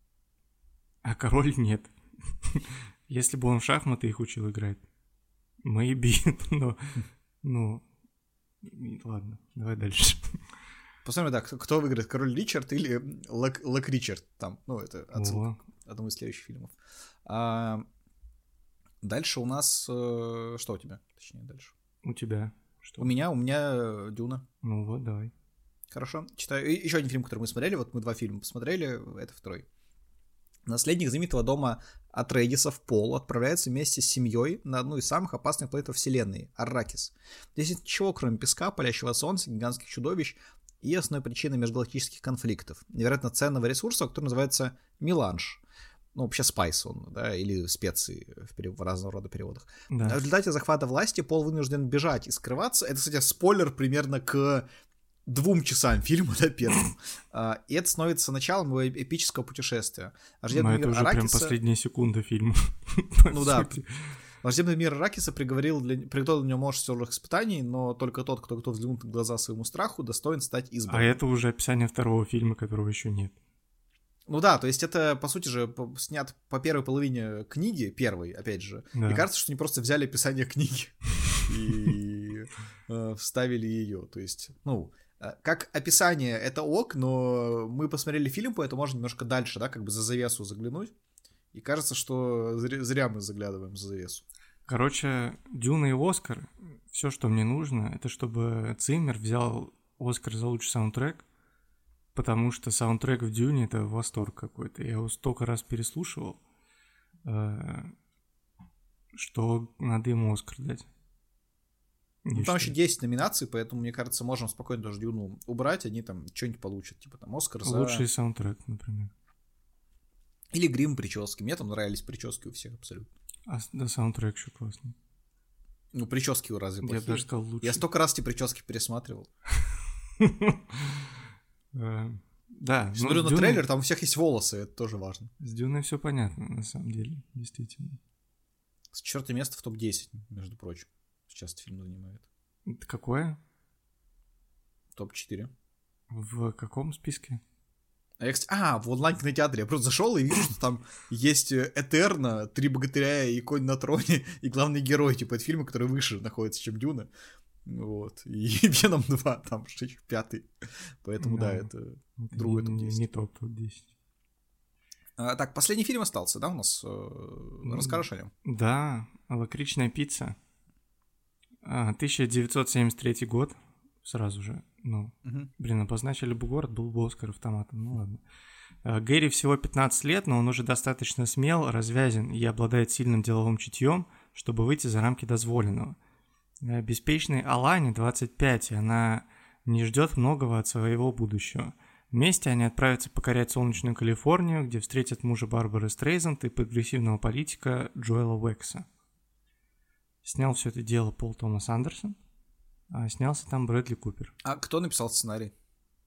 А король нет. Если бы он в шахматы их учил играть, maybe, но, ну, ладно, давай дальше. Посмотрим, да, кто выиграет, король Ричард или Лак, Лак Ричард, там, ну, это отсылка к одному из следующих фильмов. А, дальше у нас, что у тебя, точнее, дальше? У тебя что? У меня, у меня Дюна. Ну вот, давай. Хорошо, читаю. И еще один фильм, который мы смотрели, вот мы два фильма посмотрели, это второй. Наследник знаменитого дома Атрейдисов Пол отправляется вместе с семьей на одну из самых опасных планет Вселенной — Арракис. Здесь нет ничего, кроме песка, палящего солнца, гигантских чудовищ и основной причины межгалактических конфликтов. Невероятно ценного ресурса, который называется меланж. Ну, вообще спайс он, да, или специи в, перев... в разного рода переводах. Да. В результате захвата власти Пол вынужден бежать и скрываться. Это, кстати, спойлер примерно к двум часам фильма, да, первым. А, и это становится началом его эпического путешествия. Но это уже Аракиса... прям последняя секунда фильма. Ну да. Враждебный мир Аракиса приговорил для... приготовил для него множество тяжелых испытаний, но только тот, кто готов взглянуть в глаза своему страху, достоин стать избранным. А это уже описание второго фильма, которого еще нет. Ну да, то есть это, по сути же, снят по первой половине книги, первой, опять же. Да. И кажется, что они просто взяли описание книги и вставили ее. То есть, ну... Как описание это ок, но мы посмотрели фильм, поэтому можно немножко дальше, да, как бы за завесу заглянуть. И кажется, что зря, зря мы заглядываем за завесу. Короче, Дюна и Оскар, все, что мне нужно, это чтобы Циммер взял Оскар за лучший саундтрек, потому что саундтрек в Дюне — это восторг какой-то. Я его столько раз переслушивал, что надо ему Оскар дать. Ну, там еще десять номинаций, поэтому, мне кажется, можем спокойно даже Дюну убрать, они там что-нибудь получат, типа там Оскар за... Лучший саундтрек, например. Или грим, прически. Мне там нравились прически у всех абсолютно. А да, саундтрек еще классный. Ну, прически у разве плохие? Я даже сказал лучший. Я столько раз эти прически пересматривал. Да. Смотрю на трейлер, там у всех есть волосы, это тоже важно. С Дюной все понятно, на самом деле, действительно. С четвертое место в топ десять, между прочим. Сейчас фильм занимает. Это какое? топ четыре. В каком списке? А, я, кстати, а, в онлайн-кинотеатре я просто зашел и вижу, что там есть Этерна, Три богатыря и Конь на троне, и главный герой, типа, это фильмы, которые выше находятся, чем Дюна. Вот. И Веном два, там, пятый. Поэтому, да, да это, это другой топ десять. Не, не топ, топ десять. А, так, последний фильм остался, да, у нас? Ну, расскажешь о нем? Да, «Лакричная пицца». тысяча девятьсот семьдесят третий год, сразу же, ну, угу. Блин, обозначили бы город, был бы Оскар автоматом, ну ладно. Гэри всего пятнадцать лет, но он уже достаточно смел, развязен и обладает сильным деловым чутьем, чтобы выйти за рамки дозволенного. Беспечной Алане двадцать пять, и она не ждет многого от своего будущего. Вместе они отправятся покорять солнечную Калифорнию, где встретят мужа Барбары Стрейзанд и прогрессивного политика Джоэла Уэкса. Снял все это дело Пол Томас Андерсон, а снялся там Брэдли Купер. А кто написал сценарий?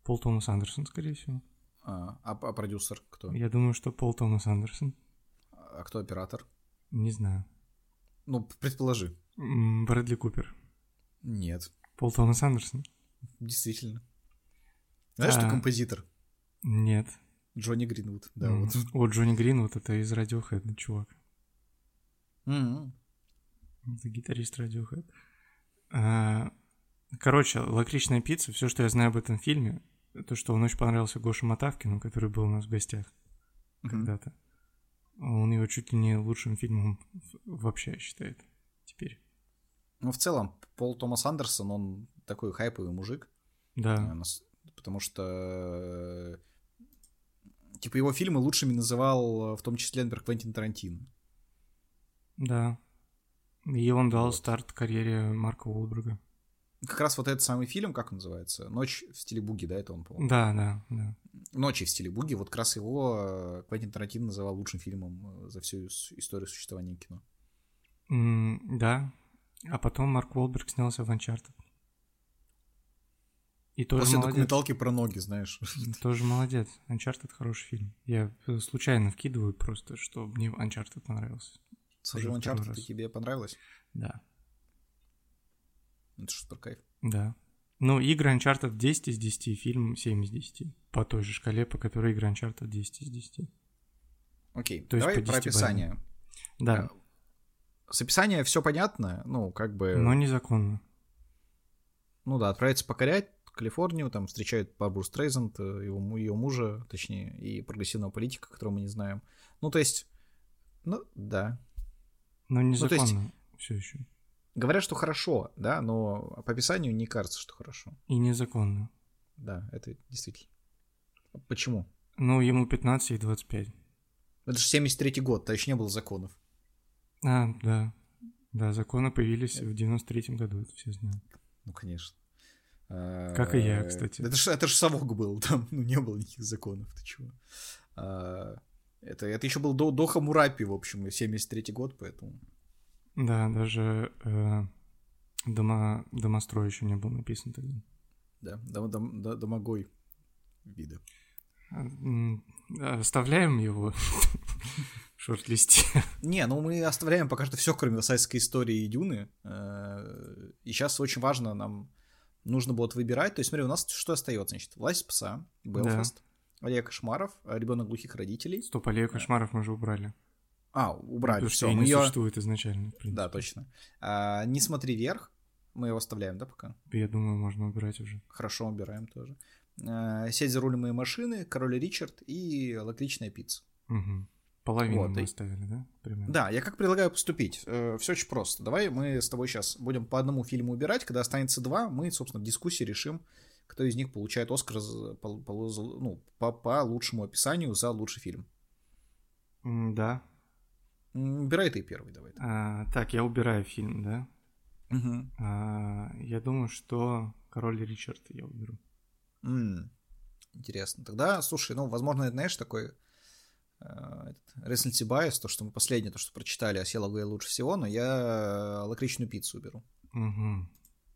Пол Томас Андерсон, скорее всего. А, а, а продюсер кто? Я думаю, что Пол Томас Андерсон. А кто оператор? Не знаю. Ну, предположи. М, Брэдли Купер. Нет, Пол Томас Андерсон? действительно. Знаешь, А. что композитор? Нет. Джонни Гринвуд. Да, М, вот. О, Джонни Гринвуд, это из Radiohead, чувак. М-м. Это гитарист Radiohead. А, Короче, «Лакричная пицца», все, что я знаю об этом фильме, то, что он очень понравился Гоше Матавкину, который был у нас в гостях Мгм. когда-то. Он его чуть ли не лучшим фильмом вообще считает теперь. Ну, в целом, Пол Томас Андерсон, он такой хайповый мужик. Да, э, нас- Потому что э, типа его фильмы лучшими называл э, в том числе, например, Квентин Тарантино. да. И он дал Вот. старт карьере Марка Уолберга. Как раз вот этот самый фильм, как он называется? «Ночь в стиле буги», да, это он, по-моему? Да, да, да. «Ночи в стиле буги», вот как раз его э, Квентин Тарантино называл лучшим фильмом э, за всю с- историю существования кино. М, Да. А потом Марк Уолберг снялся в Uncharted. И тоже После молодец. документалки про ноги, знаешь. Тоже молодец. Uncharted хороший фильм. Я э, случайно вкидываю просто, что мне Uncharted понравился. Схожу в Уже второй Uncharted, раз. и тебе понравилось? Да. Это что супер кайф. Да. Ну, игры Uncharted десять из десяти, фильм семь из десяти. По той же шкале, по которой игры Uncharted десять из десяти. Окей, То есть давай по про десятибалльной. описание. Да, С описания все понятно, ну, как бы... но незаконно. Ну да, отправиться покорять Калифорнию, там встречают Барбару Стрейзанд, его, ее мужа, точнее, и прогрессивного политика, которого мы не знаем. Ну, то есть, ну, да. Но то есть- незаконно все еще. Говорят, что хорошо, да, но по описанию не кажется, что хорошо. И незаконно. Да, это действительно. Почему? Ну, ему пятнадцать и двадцать пять. Это же семьдесят третий год, то еще не было законов. А, да. Да, законы появились в девяносто третьем году, это все знают. Ну, конечно. Как и я, кстати. Это же это ж совок был, там ну, не было никаких законов, ты чего. А, это, это еще был до, до Хамурапи, в общем, семьдесят третий год, поэтому... Да, даже э, дома, домострой еще не был написан тогда. Да, дом, дом, до- домогой вида. А, м, Оставляем его в шорт-листе. Не, ну мы оставляем пока что все, кроме «Версальской истории» и «Дюны». Э, И сейчас очень важно нам... Нужно будет выбирать. То есть, смотри, у нас что остается? Значит, «Власть пса», «Белфаст», «Аллея кошмаров», «Ребенок глухих родителей». Стоп, «Аллею кошмаров» мы же убрали. А, убрали, Потому что все. её Мы не ее... существует изначально. в принципе. Да, точно. А, «Не смотри вверх». Мы его оставляем, да, пока? Я думаю, можно убирать уже. Хорошо, убираем тоже. А, «Сеть за рулем моей машины», «Король Ричард» и «Лакричная пицца». Угу. Половину Вот, мы и- оставили, да? Примерно. Да, я как предлагаю поступить. Все очень просто. Давай мы с тобой сейчас будем по одному фильму убирать. Когда останется два, мы, собственно, в дискуссии решим, кто из них получает «Оскар» за- по, по- за- ну, по, по лучшему описанию за лучший фильм. М, Да. М, Убирай ты первый, давай. А, так, я убираю фильм, да? Мгм. А, я думаю, что «Король Ричард» я уберу. М, Интересно. Тогда, слушай, ну, возможно, это, знаешь, такой э, этот, recency bias, то, что мы последнее, то, что прочитали, а «Села Гуэй» лучше всего, но я «Лакричную пиццу» уберу. Угу.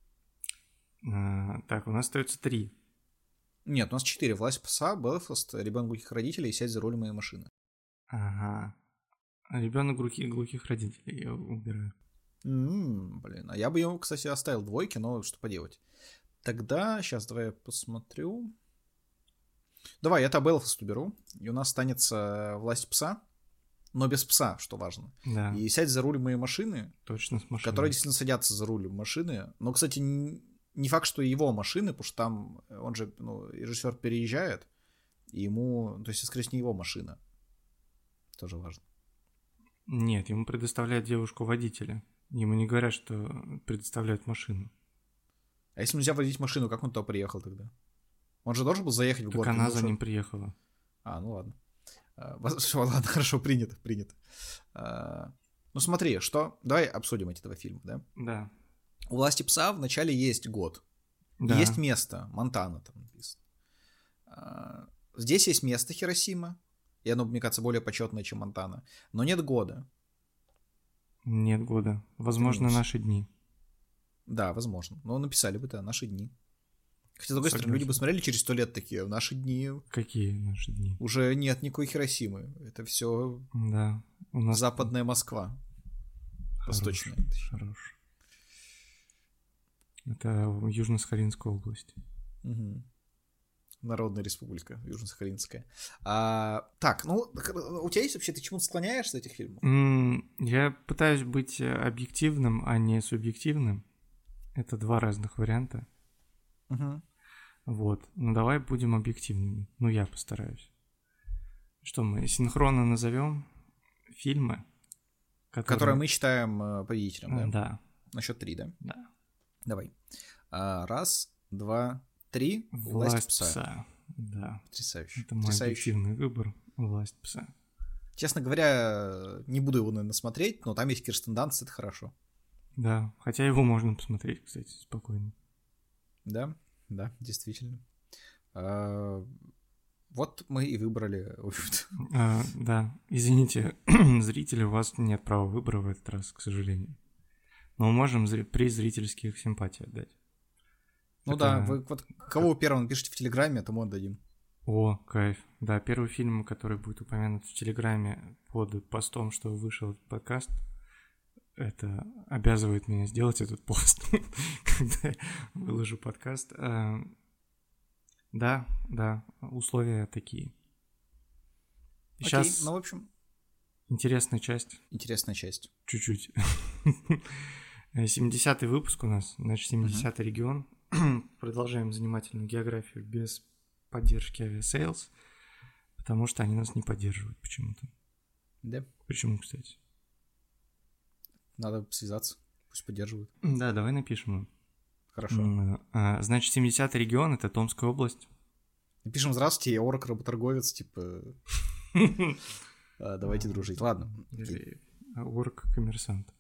А, так, у нас остается три. Нет, у нас четыре. «Власть пса», «Белфаст», «Ребенок глухих родителей» и «Сядь за рулем моей машины». Ага. Ребенок глухих, глухих родителей я убираю. М, блин, а я бы его, кстати, оставил двойки, но что поделать. Тогда, сейчас, давай я посмотрю. Давай, я-то Белфаст уберу, и у нас останется «Власть пса», но без пса, что важно. Да, И «Сядь за руль моей машины», точно с машиной. которые действительно садятся за руль машины. Но, кстати, н- не факт, что его машины, потому что там он же, ну, режиссер переезжает, и ему, то есть, скорее всего, не его машина. Тоже важно. Нет, ему предоставляют девушку водителя. Ему не говорят, что предоставляют машину. А если нельзя водить машину, как он туда приехал тогда? Он же должен был заехать в Так город. она ему за что- ним приехала. А, ну ладно. А, воз- всё, ладно, хорошо, принято, принято. А, ну смотри, что... Давай обсудим эти два фильма, да? Да. У «Власти пса» в начале есть год. Да. Есть место, Монтана там написано. А, здесь есть место Хиросима, и оно, мне кажется, более почетное, чем Монтана. Но нет года. Нет года. Возможно, минус. наши дни. Да, возможно. Но написали бы, да, наши дни. Хотя, с другой стороны, люди бы смотрели через сто лет такие, в наши дни... Какие наши дни? Уже нет никакой Хиросимы. Это все Да. У нас... западная Москва. Хорош, Восточная. Хорош. Это Южно-Сахалинская область. Угу. Народная республика Южно-Сахалинская. А, так, ну, у тебя есть вообще, ты чему-то склоняешься этих фильмов? Mm, я пытаюсь быть объективным, а не субъективным. Это два разных варианта. Угу. Вот. Ну, давай будем объективными. Ну, я постараюсь. Что мы синхронно назовем фильмы, которые, которые мы считаем победителем, да? Да. На счет три, да? Да. Давай. А, раз, два, три. Власть, Власть пса. пса. Да. Потрясающе. Это мой Потрясающе. объективный выбор. Власть пса. Честно говоря, не буду его, наверное, смотреть, но там есть Кирстен Данст, это хорошо. Да, хотя его можно посмотреть, кстати, спокойно. Да, да, действительно. А, вот мы и выбрали. А, да, извините, зрители, у вас нет права выбора в этот раз, к сожалению. Но мы можем зри- приз зрительских симпатий отдать. Ну Это... да, вы вот кого вы первым напишите в Телеграме, тому отдадим. О, кайф. Да, первый фильм, который будет упомянут в Телеграме под постом, что вышел этот подкаст, это обязывает меня сделать этот пост, когда я выложу подкаст. Да, да, условия такие. Сейчас... Окей, ну, в общем... Интересная часть. Интересная часть. Чуть-чуть. семидесятый выпуск у нас, значит, семидесятый uh-huh. регион. Продолжаем занимательную географию без поддержки авиасейлс, потому что они нас не поддерживают почему-то. Да. Почему, кстати? Надо связаться, пусть поддерживают. Да, давай напишем им. Хорошо. Значит, семидесятый регион — это Томская область. Напишем: здравствуйте, я орк, работорговец, типа... Давайте дружить. Ладно. Орк-коммерсант.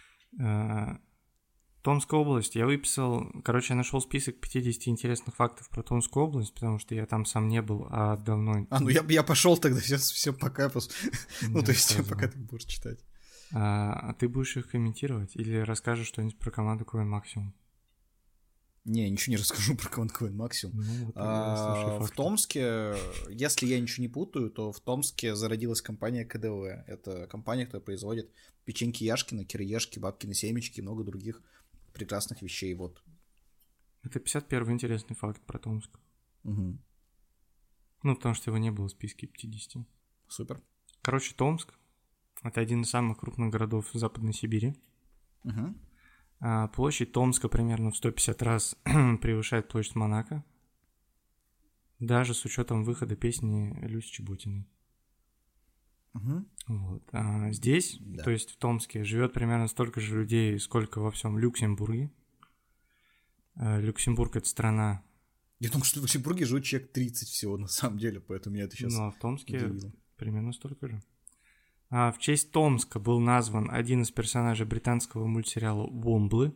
Томская область. Я выписал... Короче, я нашел список пятьдесят интересных фактов про Томскую область, потому что я там сам не был, а давно... А, ну я, я пошел тогда, сейчас все пока... Ну, то есть, пока ты будешь читать. А, а ты будешь их комментировать? Или расскажешь что-нибудь про команду КВН Максимум? Не, ничего не расскажу про команду КВН Максимум. Ну, вот, а, в Томске, если я ничего не путаю, то в Томске зародилась компания КДВ. Это компания, которая производит печеньки Яшкина, кириешки, бабкины семечки и много других прекрасных вещей. Вот. Это пятьдесят первый интересный факт про Томск. Угу. Ну, потому что его не было в списке пятидесяти. Супер. Короче, Томск — это один из самых крупных городов Западной Сибири. Угу. А площадь Томска примерно в сто пятьдесят раз превышает площадь Монако. Даже с учетом выхода песни Люси Чеботиной. Угу. Вот. А здесь, да. то есть в Томске, живет примерно столько же людей, сколько во всем Люксембурге. А Люксембург — это страна... Я думаю, что в Люксембурге живет человек тридцать всего на самом деле, поэтому меня это сейчас Ну, а в Томске удивило. Примерно столько же. А в честь Томска был назван один из персонажей британского мультсериала «Вомблы».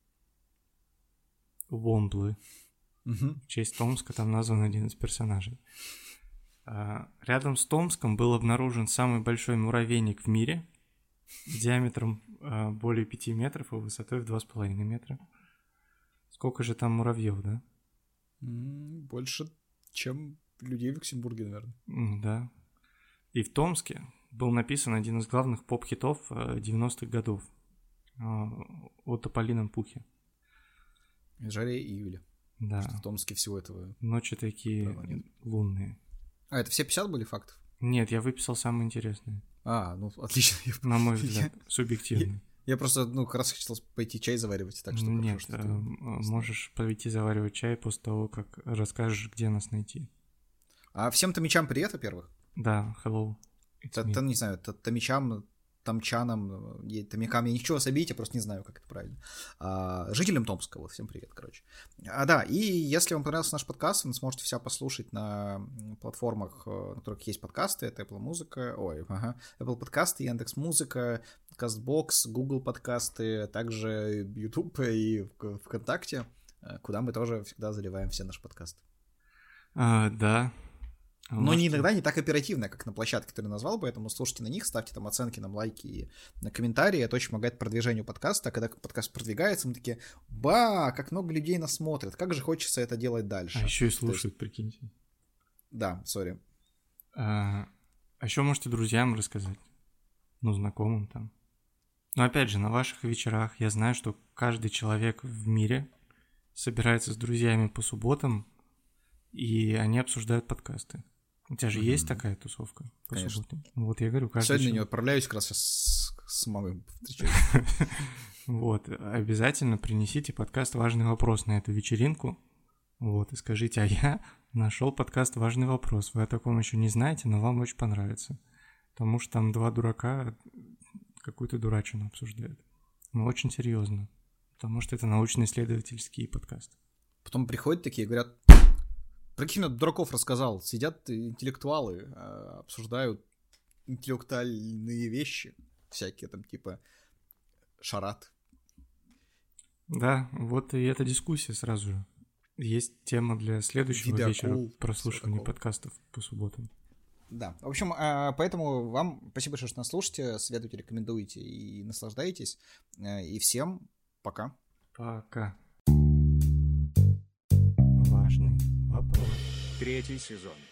«Вомблы». Угу. В честь Томска там назван один из персонажей. А, рядом с Томском был обнаружен самый большой муравейник в мире диаметром а, более пяти метров и высотой в два с половиной метра. Сколько же там муравьев, да? Больше, чем людей в Люксембурге, наверное. Да. И в Томске был написан один из главных поп-хитов девяностых годов о Тополином пухе. Жаре июля. Да. Что в Томске всего этого... Ночи такие лунные. А, это все пятьдесят были фактов? Нет, я выписал самые интересные. А, ну отлично. На мой взгляд, субъективно. Я, я просто, ну, как раз хотел пойти чай заваривать, так что... Нет, хорошо, что можешь пойти заваривать чай после того, как расскажешь, где нас найти. А всем томичам привет, во-первых. Да, hello. Т- не знаю, томичам, томчанам, томикам я ничего собить, я просто не знаю, как это правильно. А, жителям Томска, вот, всем привет, короче. А, да, и если вам понравился наш подкаст, вы сможете все послушать на платформах, на которых есть подкасты, это Apple Музыка, ой, ага, Apple подкасты, Яндекс.Музыка, Castbox, Google подкасты, также YouTube и ВКонтакте, куда мы тоже всегда заливаем все наши подкасты. А, да. А Но можете... не иногда не так оперативная, как на площадке, которую я назвал, поэтому слушайте на них, ставьте там оценки, нам лайки и на комментарии, это очень помогает продвижению подкаста, а когда подкаст продвигается, мы такие, ба, как много людей нас смотрят, как же хочется это делать дальше. А еще и То слушают, есть... прикиньте. Да, сори. А, а еще можете друзьям рассказать, ну, знакомым там. Но опять же, на ваших вечерах я знаю, что каждый человек в мире собирается с друзьями по субботам, и они обсуждают подкасты. У тебя же mm-hmm. есть такая тусовка по Конечно. субботам? Вот я говорю, каждый Сегодня человек... не отправляюсь, как раз сейчас с, с мамой встречаюсь. Вот, обязательно принесите подкаст «Важный вопрос» на эту вечеринку. Вот, и скажите, а я нашел подкаст «Важный вопрос». Вы о таком еще не знаете, но вам очень понравится. Потому что там два дурака какую-то дурачину обсуждают. Но очень серьезно. Потому что это научно-исследовательский подкаст. Потом приходят такие и говорят... Прикинь, от дураков рассказал. Сидят интеллектуалы, обсуждают интеллектуальные вещи. Всякие там типа шарат. Да, вот и эта дискуссия сразу же. Есть тема для следующего Видеокул, вечера прослушивания подкастов по субботам. Да, в общем, поэтому вам спасибо большое, что нас слушаете, советуйте, рекомендуете и наслаждаетесь. И всем пока. Пока. Важный вопрос. Третий сезон.